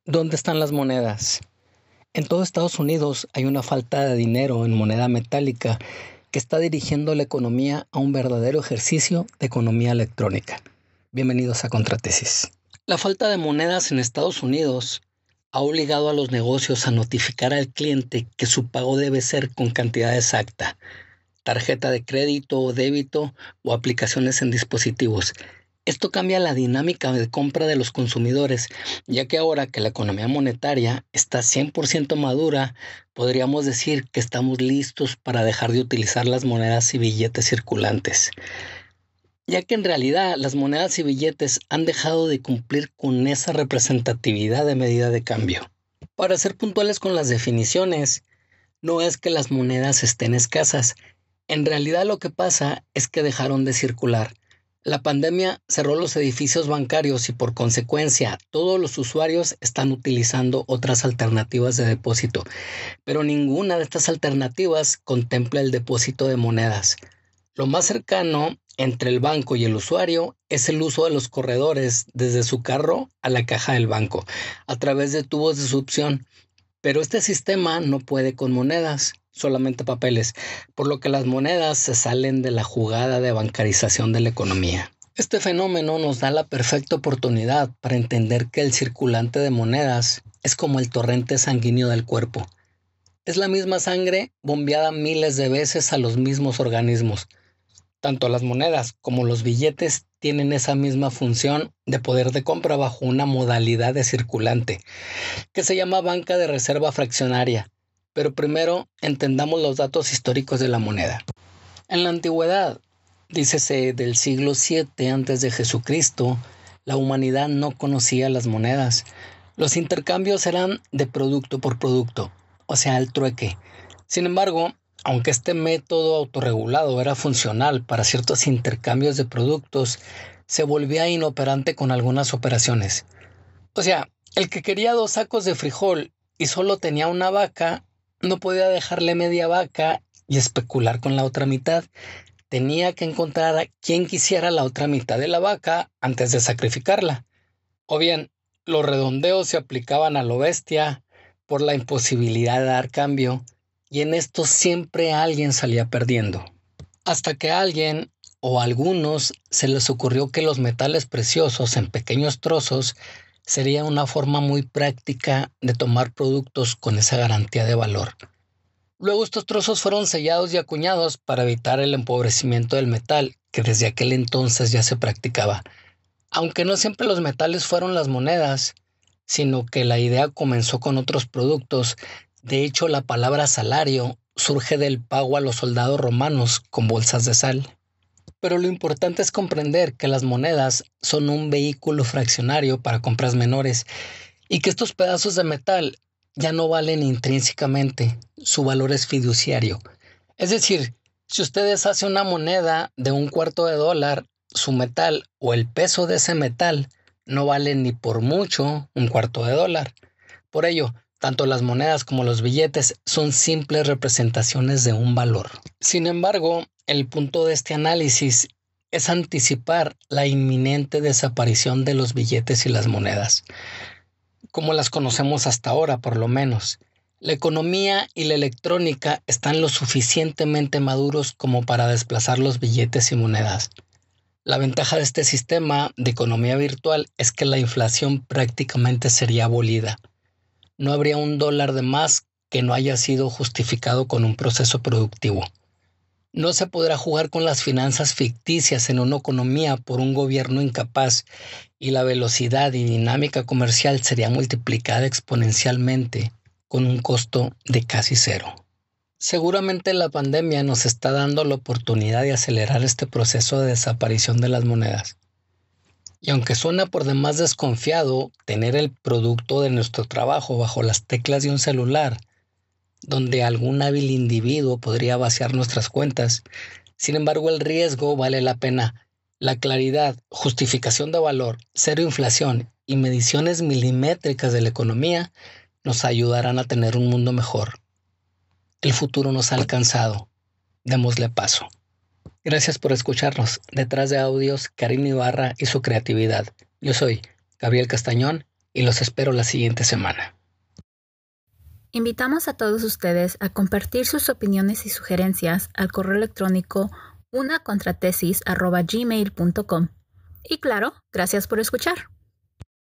¿Dónde están las monedas? En todo Estados Unidos hay una falta de dinero en moneda metálica que está dirigiendo la economía a un verdadero ejercicio de economía electrónica. Bienvenidos a Contratesis. La falta de monedas en Estados Unidos ha obligado a los negocios a notificar al cliente que su pago debe ser con cantidad exacta, tarjeta de crédito o débito o aplicaciones en dispositivos. Esto cambia la dinámica de compra de los consumidores, ya que ahora que la economía monetaria está 100% madura, podríamos decir que estamos listos para dejar de utilizar las monedas y billetes circulantes, ya que en realidad las monedas y billetes han dejado de cumplir con esa representatividad de medida de cambio. Para ser puntuales con las definiciones, no es que las monedas estén escasas, en realidad lo que pasa es que dejaron de circular. La pandemia cerró los edificios bancarios y por consecuencia todos los usuarios están utilizando otras alternativas de depósito, pero ninguna de estas alternativas contempla el depósito de monedas. Lo más cercano entre el banco y el usuario es el uso de los corredores desde su carro a la caja del banco, a través de tubos de succión. Pero este sistema no puede con monedas, solamente papeles, por lo que las monedas se salen de la jugada de bancarización de la economía. Este fenómeno nos da la perfecta oportunidad para entender que el circulante de monedas es como el torrente sanguíneo del cuerpo. Es la misma sangre bombeada miles de veces a los mismos organismos. Tanto las monedas como los billetes tienen esa misma función de poder de compra bajo una modalidad de circulante, que se llama banca de reserva fraccionaria. Pero primero entendamos los datos históricos de la moneda. En la antigüedad, dícese del siglo VII a.C., la humanidad no conocía las monedas. Los intercambios eran de producto por producto, o sea, el trueque. Sin embargo, aunque este método autorregulado era funcional para ciertos intercambios de productos, se volvía inoperante con algunas operaciones. O sea, el que quería 2 sacos de frijol y solo tenía una vaca, no podía dejarle media vaca y especular con la otra mitad. Tenía que encontrar a quien quisiera la otra mitad de la vaca antes de sacrificarla. O bien, los redondeos se aplicaban a lo bestia por la imposibilidad de dar cambio, y en esto siempre alguien salía perdiendo. Hasta que a alguien o a algunos se les ocurrió que los metales preciosos en pequeños trozos sería una forma muy práctica de tomar productos con esa garantía de valor. Luego estos trozos fueron sellados y acuñados para evitar el empobrecimiento del metal, que desde aquel entonces ya se practicaba. Aunque no siempre los metales fueron las monedas, sino que la idea comenzó con otros productos. De hecho, la palabra salario surge del pago a los soldados romanos con bolsas de sal. Pero lo importante es comprender que las monedas son un vehículo fraccionario para compras menores y que estos pedazos de metal ya no valen intrínsecamente, su valor es fiduciario. Es decir, si ustedes hacen una moneda de $0.25, su metal o el peso de ese metal no vale ni por mucho $0.25. Por ello, tanto las monedas como los billetes son simples representaciones de un valor. Sin embargo, el punto de este análisis es anticipar la inminente desaparición de los billetes y las monedas, como las conocemos hasta ahora por lo menos. La economía y la electrónica están lo suficientemente maduros como para desplazar los billetes y monedas. La ventaja de este sistema de economía virtual es que la inflación prácticamente sería abolida. No habría $1 de más que no haya sido justificado con un proceso productivo. No se podrá jugar con las finanzas ficticias en una economía por un gobierno incapaz y la velocidad y dinámica comercial sería multiplicada exponencialmente con un costo de casi cero. Seguramente la pandemia nos está dando la oportunidad de acelerar este proceso de desaparición de las monedas. Y aunque suena por demás desconfiado tener el producto de nuestro trabajo bajo las teclas de un celular, donde algún hábil individuo podría vaciar nuestras cuentas, sin embargo el riesgo vale la pena. La claridad, justificación de valor, cero inflación y mediciones milimétricas de la economía nos ayudarán a tener un mundo mejor. El futuro nos ha alcanzado. Démosle paso. Gracias por escucharnos. Detrás de audios, Karim Ibarra y su creatividad. Yo soy Gabriel Castañón y los espero la siguiente semana. Invitamos a todos ustedes a compartir sus opiniones y sugerencias al correo electrónico unacontratesis@gmail.com. Y claro, gracias por escuchar.